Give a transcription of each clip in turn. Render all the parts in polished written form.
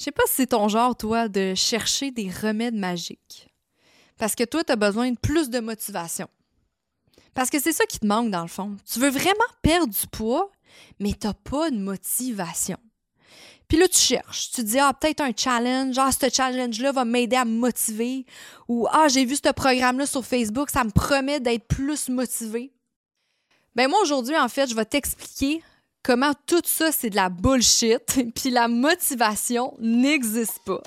Je sais pas si c'est ton genre, toi, de chercher des remèdes magiques. Parce que toi, tu as besoin de plus de motivation. Parce que c'est ça qui te manque, dans le fond. Tu veux vraiment perdre du poids, mais tu n'as pas de motivation. Puis là, tu cherches. Tu te dis, peut-être un challenge. Ce challenge-là va m'aider à me motiver. Ou, j'ai vu ce programme-là sur Facebook, ça me promet d'être plus motivé. Ben moi, aujourd'hui, en fait, je vais t'expliquer comment tout ça, c'est de la bullshit, puis la motivation n'existe pas.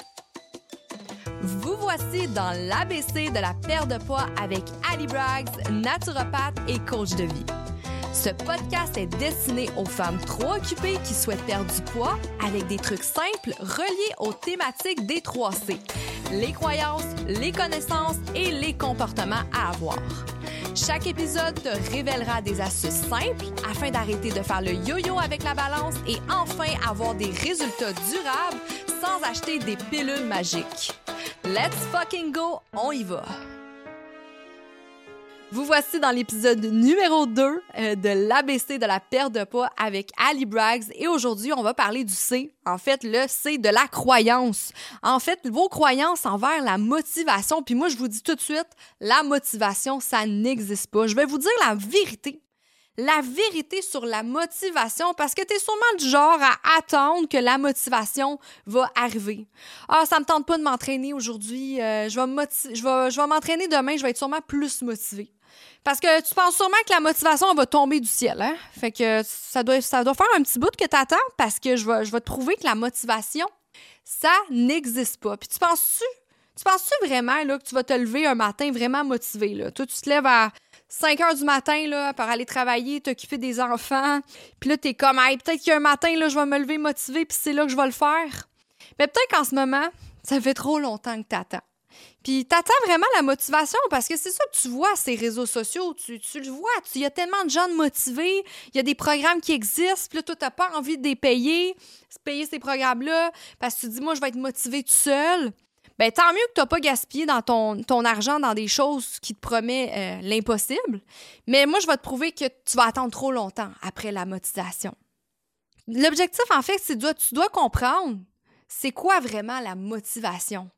Vous voici dans l'ABC de la perte de poids avec Ali Braggs, naturopathe et coach de vie. Ce podcast est destiné aux femmes trop occupées qui souhaitent perdre du poids avec des trucs simples reliés aux thématiques des 3C, les croyances, les connaissances et les comportements à avoir. Chaque épisode te révélera des astuces simples afin d'arrêter de faire le yo-yo avec la balance et enfin avoir des résultats durables sans acheter des pilules magiques. Let's fucking go, on y va! Vous voici dans l'épisode numéro 2 de l'ABC de la perte de poids avec Ali Braggs et aujourd'hui, on va parler du C. En fait, le C de la croyance. En fait, vos croyances envers la motivation. Puis moi, je vous dis tout de suite, la motivation, ça n'existe pas. Je vais vous dire la vérité. La vérité sur la motivation parce que tu es sûrement du genre à attendre que la motivation va arriver. Ça me tente pas de m'entraîner aujourd'hui, je vais m'entraîner demain, je vais être sûrement plus motivée. Parce que tu penses sûrement que la motivation elle va tomber du ciel, hein? Fait que ça doit faire un petit bout que tu attends parce que je vais te prouver que la motivation, ça n'existe pas. Puis tu penses-tu vraiment là, que tu vas te lever un matin vraiment motivé? Là? Toi, tu te lèves à 5 heures du matin là, pour aller travailler, t'occuper des enfants. Puis là, t'es comme, peut-être qu'il y a un matin, là, je vais me lever motivé, puis c'est là que je vais le faire. Mais peut-être qu'en ce moment, ça fait trop longtemps que t'attends. Puis t'attends vraiment la motivation parce que c'est ça que tu vois ces réseaux sociaux. Tu le vois, il y a tellement de gens motivés, il y a des programmes qui existent, puis là, toi, t'as pas envie de les payer ces programmes-là, parce que tu te dis, moi, je vais être motivé tout seul. Ben tant mieux que tu n'as pas gaspillé dans ton argent dans des choses qui te promettent l'impossible. Mais moi, je vais te prouver que tu vas attendre trop longtemps après la motivation. L'objectif, en fait, c'est que tu dois comprendre c'est quoi vraiment la motivation.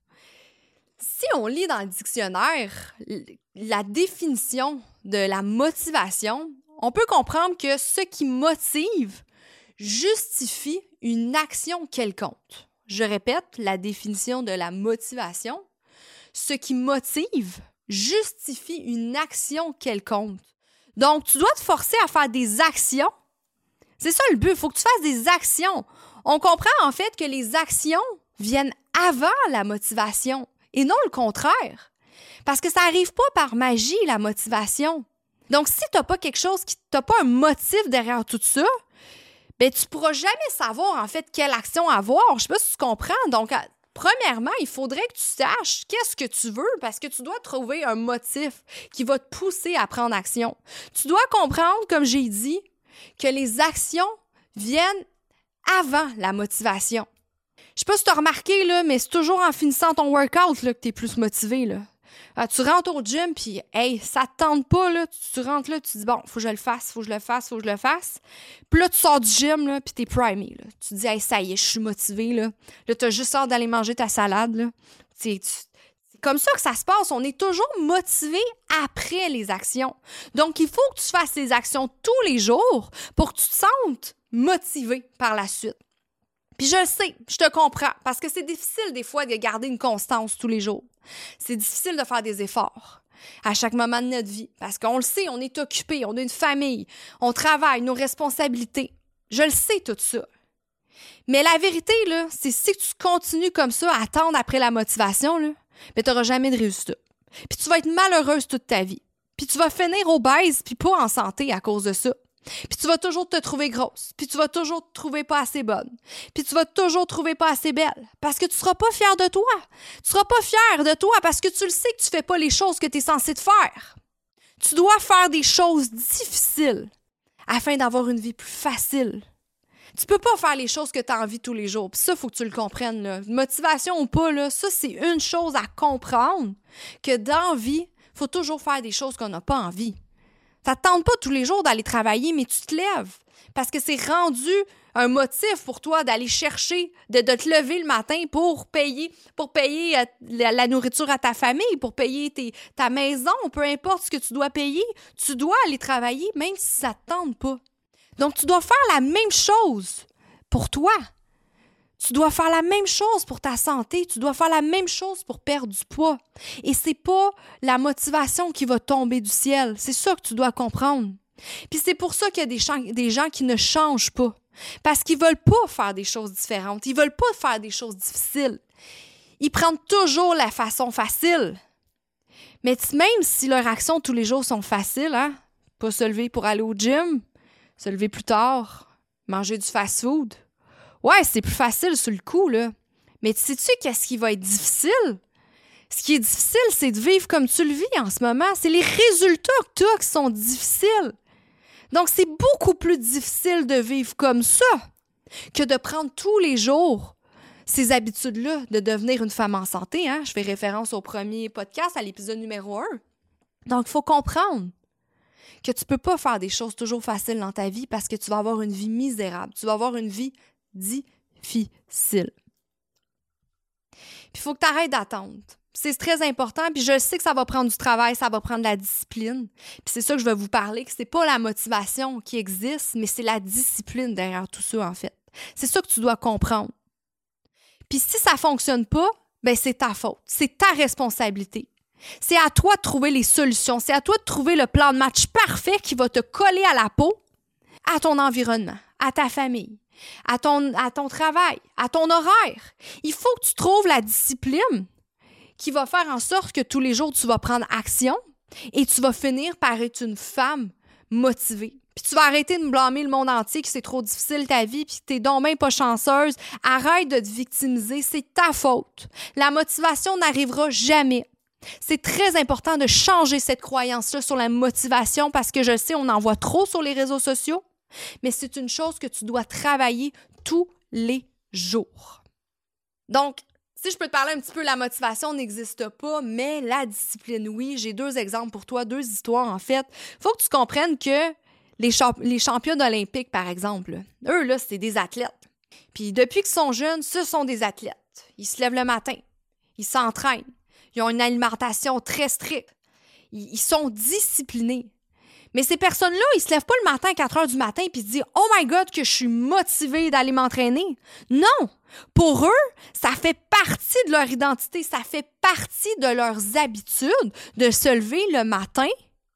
Si on lit dans le dictionnaire la définition de la motivation, on peut comprendre que ce qui motive justifie une action quelconque. Je répète la définition de la motivation. Ce qui motive justifie une action quelconque. Donc, tu dois te forcer à faire des actions. C'est ça le but, il faut que tu fasses des actions. On comprend en fait que les actions viennent avant la motivation et non le contraire. Parce que ça n'arrive pas par magie, la motivation. Donc, si tu n'as pas quelque chose, tu n'as pas un motif derrière tout ça, ben tu ne pourras jamais savoir, en fait, quelle action avoir. Je ne sais pas si tu comprends. Donc, premièrement, il faudrait que tu saches qu'est-ce que tu veux parce que tu dois trouver un motif qui va te pousser à prendre action. Tu dois comprendre, comme j'ai dit, que les actions viennent avant la motivation. Je ne sais pas si tu as remarqué, là, mais c'est toujours en finissant ton workout là, que tu es plus motivé, là. Tu rentres au gym, puis ça te tente pas, là. Tu rentres là, tu te dis, bon, faut que je le fasse. Puis là, tu sors du gym, là, puis t'es primé, là. Tu te dis, ça y est, je suis motivé, là. Là, t'as juste hâte d'aller manger ta salade, là. C'est comme ça que ça se passe. On est toujours motivé après les actions. Donc, il faut que tu fasses les actions tous les jours pour que tu te sentes motivé par la suite. Puis je le sais, je te comprends, parce que c'est difficile des fois de garder une constance tous les jours. C'est difficile de faire des efforts à chaque moment de notre vie, parce qu'on le sait, on est occupé, on a une famille, on travaille, nos responsabilités. Je le sais tout ça. Mais la vérité, là, c'est si tu continues comme ça à attendre après la motivation, là, ben tu n'auras jamais de résultat. Puis tu vas être malheureuse toute ta vie. Puis tu vas finir obèse, puis pas en santé à cause de ça. Puis tu vas toujours te trouver grosse, puis tu vas toujours te trouver pas assez bonne, puis tu vas toujours te trouver pas assez belle, parce que tu seras pas fière de toi. Tu seras pas fière de toi parce que tu le sais que tu fais pas les choses que tu es censé te faire. Tu dois faire des choses difficiles afin d'avoir une vie plus facile. Tu peux pas faire les choses que tu as envie tous les jours, puis ça, il faut que tu le comprennes, là. Motivation ou pas, là, ça, c'est une chose à comprendre, que dans la vie, il faut toujours faire des choses qu'on n'a pas envie. Ça ne te tente pas tous les jours d'aller travailler, mais tu te lèves parce que c'est rendu un motif pour toi d'aller chercher, de te lever le matin pour payer la nourriture à ta famille, pour payer ta maison, peu importe ce que tu dois payer, tu dois aller travailler même si ça ne te tente pas. Donc, tu dois faire la même chose pour toi. Tu dois faire la même chose pour ta santé. Tu dois faire la même chose pour perdre du poids. Et c'est pas la motivation qui va tomber du ciel. C'est ça que tu dois comprendre. Puis c'est pour ça qu'il y a des gens qui ne changent pas. Parce qu'ils veulent pas faire des choses différentes. Ils veulent pas faire des choses difficiles. Ils prennent toujours la façon facile. Mais même si leurs actions tous les jours sont faciles, hein? Pas se lever pour aller au gym, se lever plus tard, manger du fast-food. Ouais, c'est plus facile sur le coup, là. Mais sais-tu qu'est-ce qui va être difficile? Ce qui est difficile, c'est de vivre comme tu le vis en ce moment. C'est les résultats que tu as qui sont difficiles. Donc, c'est beaucoup plus difficile de vivre comme ça que de prendre tous les jours ces habitudes-là, de devenir une femme en santé. Hein? Je fais référence au premier podcast, à l'épisode numéro 1. Donc, il faut comprendre que tu ne peux pas faire des choses toujours faciles dans ta vie parce que tu vas avoir une vie misérable. Tu vas avoir une vie difficile. Puis il faut que tu arrêtes d'attendre. C'est très important, puis je sais que ça va prendre du travail, ça va prendre de la discipline. Puis c'est ça que je vais vous parler, que c'est pas la motivation qui existe, mais c'est la discipline derrière tout ça, en fait. C'est ça que tu dois comprendre. Puis si ça fonctionne pas, ben c'est ta faute, c'est ta responsabilité. C'est à toi de trouver les solutions, c'est à toi de trouver le plan de match parfait qui va te coller à la peau, à ton environnement, à ta famille, à ton travail, à ton horaire. Il faut que tu trouves la discipline qui va faire en sorte que tous les jours, tu vas prendre action et tu vas finir par être une femme motivée. Puis tu vas arrêter de me blâmer le monde entier que c'est trop difficile ta vie puis que t'es donc bien pas chanceuse. Arrête de te victimiser, c'est ta faute. La motivation n'arrivera jamais. C'est très important de changer cette croyance-là sur la motivation parce que je sais, on en voit trop sur les réseaux sociaux, mais c'est une chose que tu dois travailler tous les jours. Donc, si je peux te parler un petit peu, la motivation n'existe pas, mais la discipline, oui. J'ai 2 exemples pour toi, 2 histoires en fait. Il faut que tu comprennes que les champions olympiques, par exemple, eux, là, c'est des athlètes. Puis depuis qu'ils sont jeunes, ce sont des athlètes. Ils se lèvent le matin, ils s'entraînent, ils ont une alimentation très stricte, ils sont disciplinés. Mais ces personnes-là, ils se lèvent pas le matin à 4 heures du matin puis ils se disent « Oh my God, que je suis motivée d'aller m'entraîner! » Non! Pour eux, ça fait partie de leur identité, ça fait partie de leurs habitudes de se lever le matin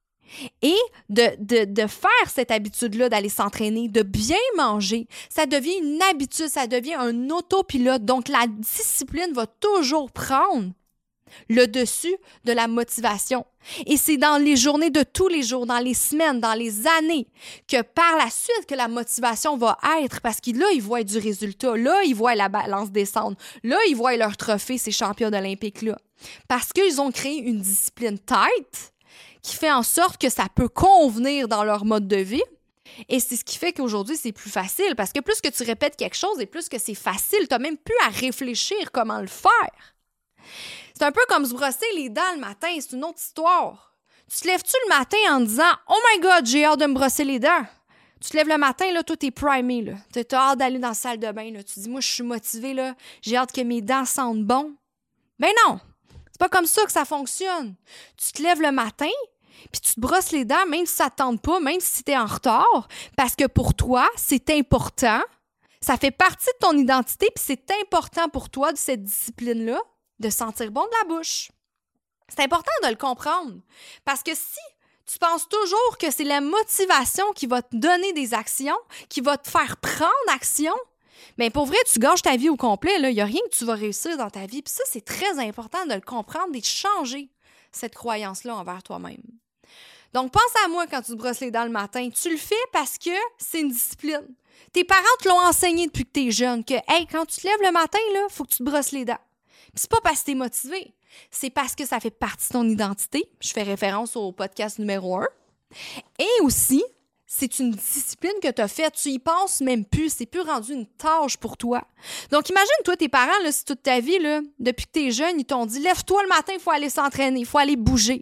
et de faire cette habitude-là d'aller s'entraîner, de bien manger. Ça devient une habitude, ça devient un autopilote. Donc, la discipline va toujours prendre le dessus de la motivation. Et c'est dans les journées de tous les jours, dans les semaines, dans les années, que par la suite que la motivation va être, parce que là, ils voient du résultat, là, ils voient la balance descendre, là, ils voient leur trophée, ces champions olympiques-là. Parce qu'ils ont créé une discipline tight qui fait en sorte que ça peut convenir dans leur mode de vie. Et c'est ce qui fait qu'aujourd'hui, c'est plus facile, parce que plus que tu répètes quelque chose et plus que c'est facile, tu n'as même plus à réfléchir comment le faire. C'est un peu comme se brosser les dents le matin, c'est une autre histoire. Tu te lèves-tu le matin en disant « Oh my God, j'ai hâte de me brosser les dents ». Tu te lèves le matin, là, toi, t'es primé, là. T'as hâte d'aller dans la salle de bain, là. Tu te dis « Moi, je suis motivée, là. J'ai hâte que mes dents sentent bon ». Ben non, c'est pas comme ça que ça fonctionne. Tu te lèves le matin, puis tu te brosses les dents, même si ça te tente pas, même si t'es en retard, parce que pour toi, c'est important. Ça fait partie de ton identité, puis c'est important pour toi, de cette discipline-là, de sentir bon de la bouche. C'est important de le comprendre. Parce que si tu penses toujours que c'est la motivation qui va te donner des actions, qui va te faire prendre action, bien pour vrai, tu gâches ta vie au complet. Il n'y a rien que tu vas réussir dans ta vie. Puis ça, c'est très important de le comprendre et de changer cette croyance-là envers toi-même. Donc, pense à moi quand tu te brosses les dents le matin. Tu le fais parce que c'est une discipline. Tes parents te l'ont enseigné depuis que tu es jeune, que hey, quand tu te lèves le matin, il faut que tu te brosses les dents. Puis c'est pas parce que t'es motivé, c'est parce que ça fait partie de ton identité. Je fais référence au podcast numéro 1. Et aussi, c'est une discipline que tu as faite. Tu y penses même plus. C'est plus rendu une tâche pour toi. Donc, imagine, toi, tes parents, là, si toute ta vie, là, depuis que tu es jeune, ils t'ont dit « Lève-toi le matin, il faut aller s'entraîner, il faut aller bouger. »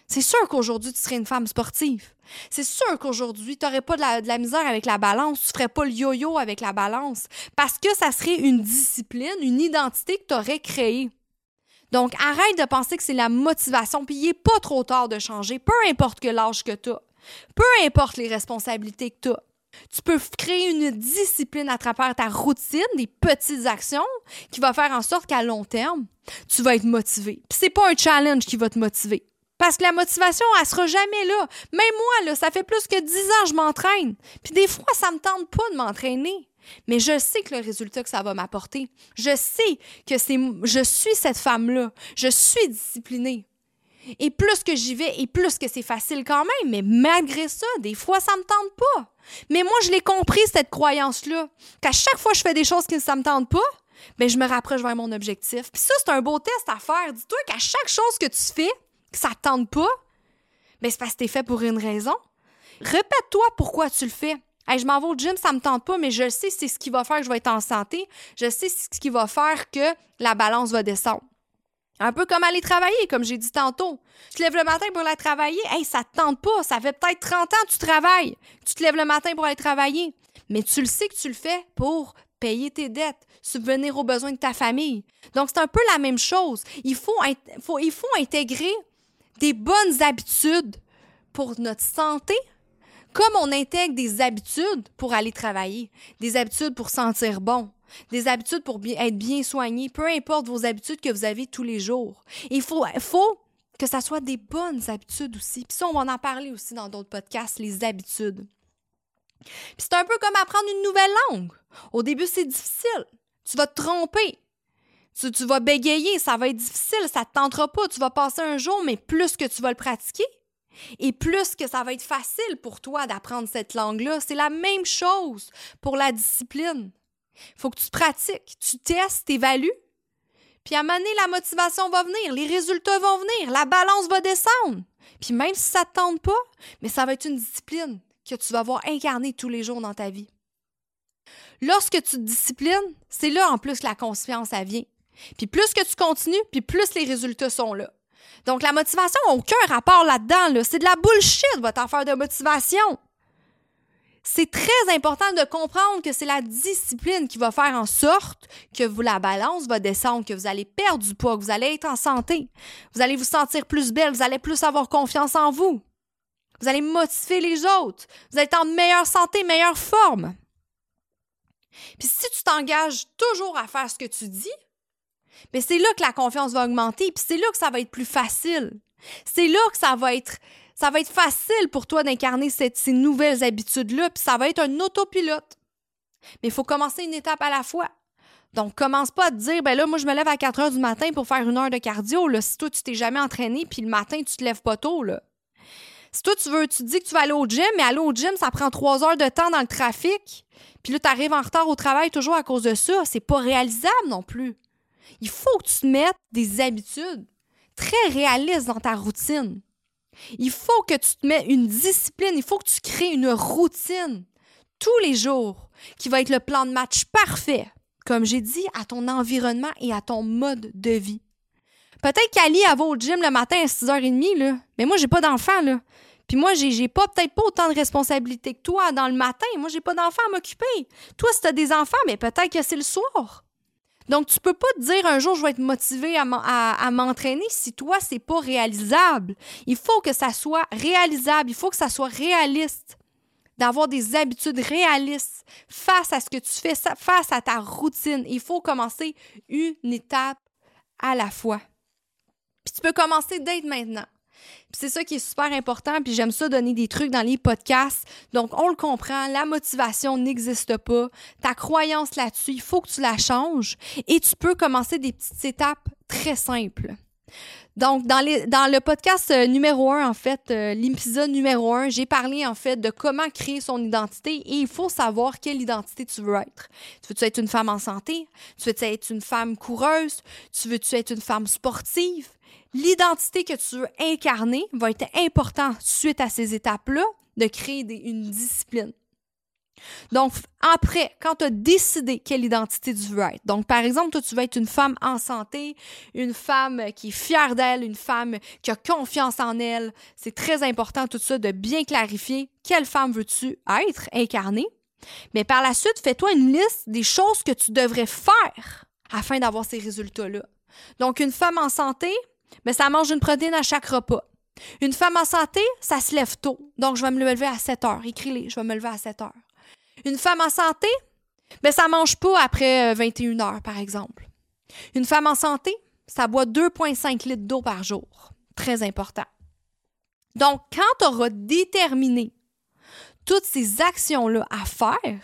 C'est sûr qu'aujourd'hui, tu serais une femme sportive. C'est sûr qu'aujourd'hui, tu n'aurais pas de la misère avec la balance, tu ne ferais pas le yo-yo avec la balance, parce que ça serait une discipline, une identité que tu aurais créée. Donc, arrête de penser que c'est la motivation, puis il n'est pas trop tard de changer, peu importe que l'âge que tu as, peu importe les responsabilités que tu as. Tu peux créer une discipline à travers ta routine, des petites actions qui va faire en sorte qu'à long terme, tu vas être motivé. Puis c'est pas un challenge qui va te motiver. Parce que la motivation, elle sera jamais là. Même moi, là, ça fait plus que 10 ans que je m'entraîne. Puis des fois, ça me tente pas de m'entraîner. Mais je sais que le résultat que ça va m'apporter. Je sais que je suis cette femme-là. Je suis disciplinée. Et plus que j'y vais, et plus que c'est facile quand même. Mais malgré ça, des fois, ça me tente pas. Mais moi, je l'ai compris, cette croyance-là. Qu'à chaque fois que je fais des choses qui ne me tentent pas, bien, je me rapproche vers mon objectif. Puis ça, c'est un beau test à faire. Dis-toi qu'à chaque chose que tu fais, que ça ne te tente pas, bien, c'est parce que c'est fait pour une raison. Répète-toi pourquoi tu le fais. Hey, je m'en vais au gym, ça me tente pas, mais je sais c'est ce qui va faire que je vais être en santé. Je sais c'est ce qui va faire que la balance va descendre. Un peu comme aller travailler, comme j'ai dit tantôt. Tu te lèves le matin pour aller travailler, hey, ça te tente pas, ça fait peut-être 30 ans que tu travailles. Tu te lèves le matin pour aller travailler, mais tu le sais que tu le fais pour payer tes dettes, subvenir aux besoins de ta famille. Donc, c'est un peu la même chose. Il faut intégrer des bonnes habitudes pour notre santé, comme on intègre des habitudes pour aller travailler, des habitudes pour sentir bon, des habitudes pour être bien soigné, peu importe vos habitudes que vous avez tous les jours. Il faut que ça soit des bonnes habitudes aussi. Puis ça, on va en parler aussi dans d'autres podcasts, les habitudes. Puis c'est un peu comme apprendre une nouvelle langue. Au début, c'est difficile. Tu vas te tromper. Tu vas bégayer, ça va être difficile, ça ne te tentera pas. Tu vas passer un jour, mais plus que tu vas le pratiquer, et plus que ça va être facile pour toi d'apprendre cette langue-là. C'est la même chose pour la discipline. Il faut que tu pratiques, tu testes, tu évalues. Puis à un moment donné, la motivation va venir, les résultats vont venir, la balance va descendre. Puis même si ça ne te tente pas, mais ça va être une discipline que tu vas voir incarner tous les jours dans ta vie. Lorsque tu te disciplines, c'est là en plus que la confiance, elle vient. Puis plus que tu continues, puis plus les résultats sont là. Donc, la motivation n'a aucun rapport là-dedans. Là. C'est de la bullshit, votre affaire de motivation. C'est très important de comprendre que c'est la discipline qui va faire en sorte que la balance va descendre, que vous allez perdre du poids, que vous allez être en santé. Vous allez vous sentir plus belle, vous allez plus avoir confiance en vous. Vous allez motiver les autres. Vous allez être en meilleure santé, meilleure forme. Puis si tu t'engages toujours à faire ce que tu dis, bien, c'est là que la confiance va augmenter, puis c'est là que ça va être plus facile. C'est là que ça va être facile pour toi d'incarner ces nouvelles habitudes-là, puis ça va être un autopilote. Mais il faut commencer une étape à la fois. Donc, commence pas à te dire, ben là, moi, je me lève à 4 heures du matin pour faire 1 heure de cardio, là. Si toi, tu t'es jamais entraîné, puis le matin, tu te lèves pas tôt, là. Si toi, tu te dis que tu vas aller au gym, mais aller au gym, ça prend 3 heures de temps dans le trafic, puis là, tu arrives en retard au travail toujours à cause de ça, c'est pas réalisable non plus. Il faut que tu te mettes des habitudes très réalistes dans ta routine. Il faut que tu te mettes une discipline, il faut que tu crées une routine tous les jours qui va être le plan de match parfait, comme j'ai dit, à ton environnement et à ton mode de vie. Peut-être qu'Ali, elle va au gym le matin à 6h30, là, mais moi, j'ai pas d'enfant, là. Puis moi, j'ai peut-être pas autant de responsabilités que toi dans le matin. Moi, j'ai pas d'enfant à m'occuper. Toi, si tu as des enfants, mais peut-être que c'est le soir. Donc, tu peux pas te dire un jour, je vais être motivée à m'entraîner si toi, c'est pas réalisable. Il faut que ça soit réalisable, il faut que ça soit réaliste, d'avoir des habitudes réalistes face à ce que tu fais, face à ta routine. Il faut commencer une étape à la fois. Puis tu peux commencer dès maintenant. Puis c'est ça qui est super important, puis j'aime ça donner des trucs dans les podcasts. Donc, on le comprend, la motivation n'existe pas. Ta croyance là-dessus, il faut que tu la changes et tu peux commencer des petites étapes très simples. Donc, dans le podcast numéro 1, en fait, l'épisode numéro 1, j'ai parlé, en fait, de comment créer son identité et il faut savoir quelle identité tu veux être. Tu veux-tu être une femme en santé? Tu veux-tu être une femme coureuse? Tu veux-tu être une femme sportive? L'identité que tu veux incarner va être importante suite à ces étapes-là de créer une discipline. Donc, après, quand tu as décidé quelle identité tu veux être, donc par exemple, toi, tu veux être une femme en santé, une femme qui est fière d'elle, une femme qui a confiance en elle, c'est très important tout ça de bien clarifier quelle femme veux-tu être, incarner. Mais par la suite, fais-toi une liste des choses que tu devrais faire afin d'avoir ces résultats-là. Donc, une femme en santé, bien, ça mange une protéine à chaque repas. Une femme en santé, ça se lève tôt. Donc, je vais me lever à 7 heures. Écris-les, je vais me lever à 7 heures. Une femme en santé, bien, ça ne mange pas après 21 heures, par exemple. Une femme en santé, ça boit 2,5 litres d'eau par jour. Très important. Donc, quand tu auras déterminé toutes ces actions-là à faire,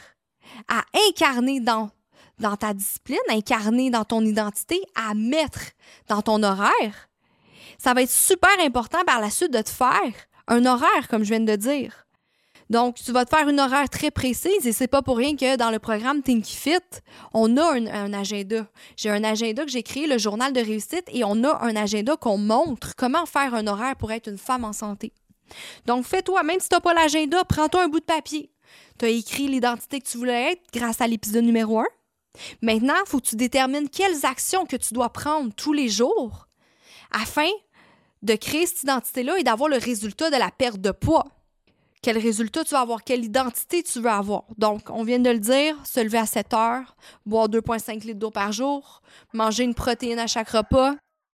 à incarner dans ta discipline, à incarner dans ton identité, à mettre dans ton horaire, ça va être super important par la suite de te faire un horaire, comme je viens de dire. Donc, tu vas te faire une horaire très précise et c'est pas pour rien que dans le programme Thinky Fit, on a un agenda. J'ai un agenda que j'ai créé, le journal de réussite, et on a un agenda qu'on montre comment faire un horaire pour être une femme en santé. Donc, fais-toi, même si tu n'as pas l'agenda, prends-toi un bout de papier. Tu as écrit l'identité que tu voulais être grâce à l'épisode numéro 1. Maintenant, il faut que tu détermines quelles actions que tu dois prendre tous les jours afin de créer cette identité-là et d'avoir le résultat de la perte de poids. Quel résultat tu vas avoir, quelle identité tu veux avoir. Donc, on vient de le dire, se lever à 7 heures, boire 2,5 litres d'eau par jour, manger une protéine à chaque repas.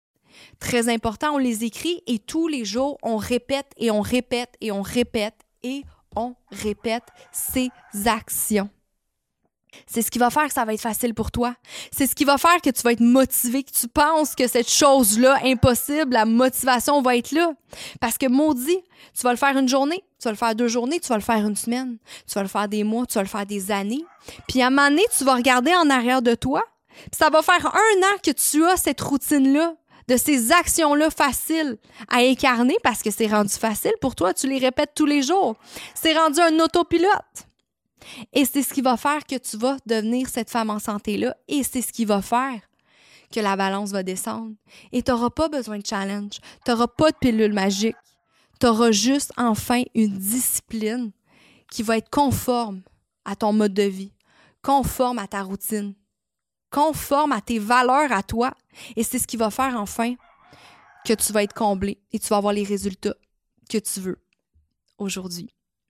Très important, on les écrit et tous les jours, on répète et on répète et on répète et on répète ces actions. C'est ce qui va faire que ça va être facile pour toi. C'est ce qui va faire que tu vas être motivé, que tu penses que cette chose-là, impossible, la motivation va être là. Parce que maudit, tu vas le faire une journée, tu vas le faire 2 journées, tu vas le faire une semaine, tu vas le faire des mois, tu vas le faire des années. Puis à un moment donné, tu vas regarder en arrière de toi, puis ça va faire 1 an que tu as cette routine-là, de ces actions-là faciles à incarner parce que c'est rendu facile pour toi, tu les répètes tous les jours. C'est rendu un autopilote. Et c'est ce qui va faire que tu vas devenir cette femme en santé-là et c'est ce qui va faire que la balance va descendre. Et tu n'auras pas besoin de challenge, tu n'auras pas de pilule magique, tu auras juste enfin une discipline qui va être conforme à ton mode de vie, conforme à ta routine, conforme à tes valeurs à toi. Et c'est ce qui va faire enfin que tu vas être comblé et tu vas avoir les résultats que tu veux aujourd'hui.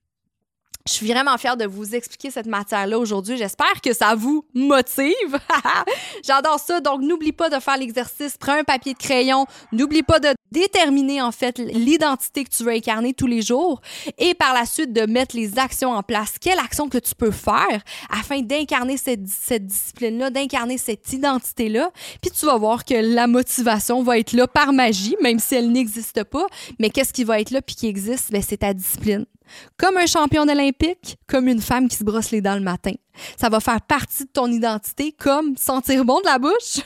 Je suis vraiment fière de vous expliquer cette matière-là aujourd'hui. J'espère que ça vous motive. J'adore ça. Donc, n'oublie pas de faire l'exercice. Prends un papier de crayon. N'oublie pas de déterminer, en fait, l'identité que tu veux incarner tous les jours et par la suite de mettre les actions en place. Quelle action que tu peux faire afin d'incarner cette discipline-là, d'incarner cette identité-là. Puis tu vas voir que la motivation va être là par magie, même si elle n'existe pas. Mais qu'est-ce qui va être là puis qui existe? Bien, c'est ta discipline. Comme un champion olympique, comme une femme qui se brosse les dents le matin. Ça va faire partie de ton identité, comme sentir bon de la bouche.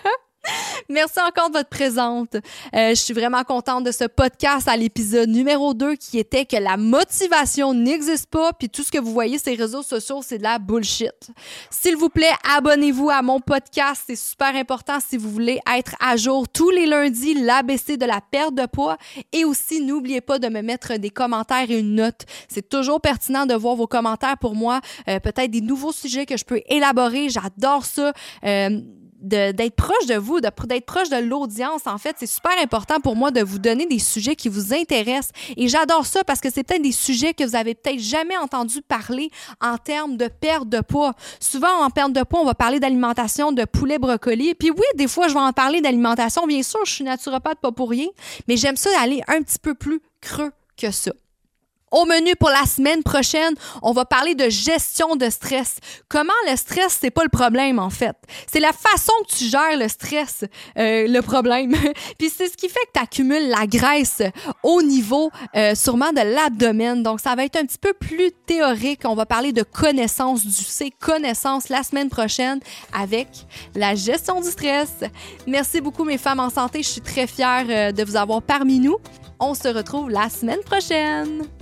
Merci encore de votre présence. Je suis vraiment contente de ce podcast à l'épisode numéro 2 qui était que la motivation n'existe pas puis tout ce que vous voyez sur les réseaux sociaux, c'est de la bullshit. S'il vous plaît, abonnez-vous à mon podcast. C'est super important si vous voulez être à jour tous les lundis, l'ABC de la perte de poids. Et aussi, n'oubliez pas de me mettre des commentaires et une note. C'est toujours pertinent de voir vos commentaires pour moi. Peut-être des nouveaux sujets que je peux élaborer. J'adore ça. D'être proche de vous, d'être proche de l'audience, en fait, c'est super important pour moi de vous donner des sujets qui vous intéressent. Et j'adore ça parce que c'est peut-être des sujets que vous avez peut-être jamais entendu parler en termes de perte de poids. Souvent, en perte de poids, on va parler d'alimentation, de poulet, brocoli. Puis oui, des fois, je vais en parler d'alimentation. Bien sûr, je suis naturopathe, pas pour rien, mais j'aime ça aller un petit peu plus creux que ça. Au menu pour la semaine prochaine, on va parler de gestion de stress. Comment le stress, c'est pas le problème, en fait. C'est la façon que tu gères le stress, le problème. Puis c'est ce qui fait que tu accumules la graisse au niveau sûrement de l'abdomen. Donc, ça va être un petit peu plus théorique. On va parler de connaissance du C, connaissance la semaine prochaine avec la gestion du stress. Merci beaucoup, mes femmes en santé. Je suis très fière de vous avoir parmi nous. On se retrouve la semaine prochaine.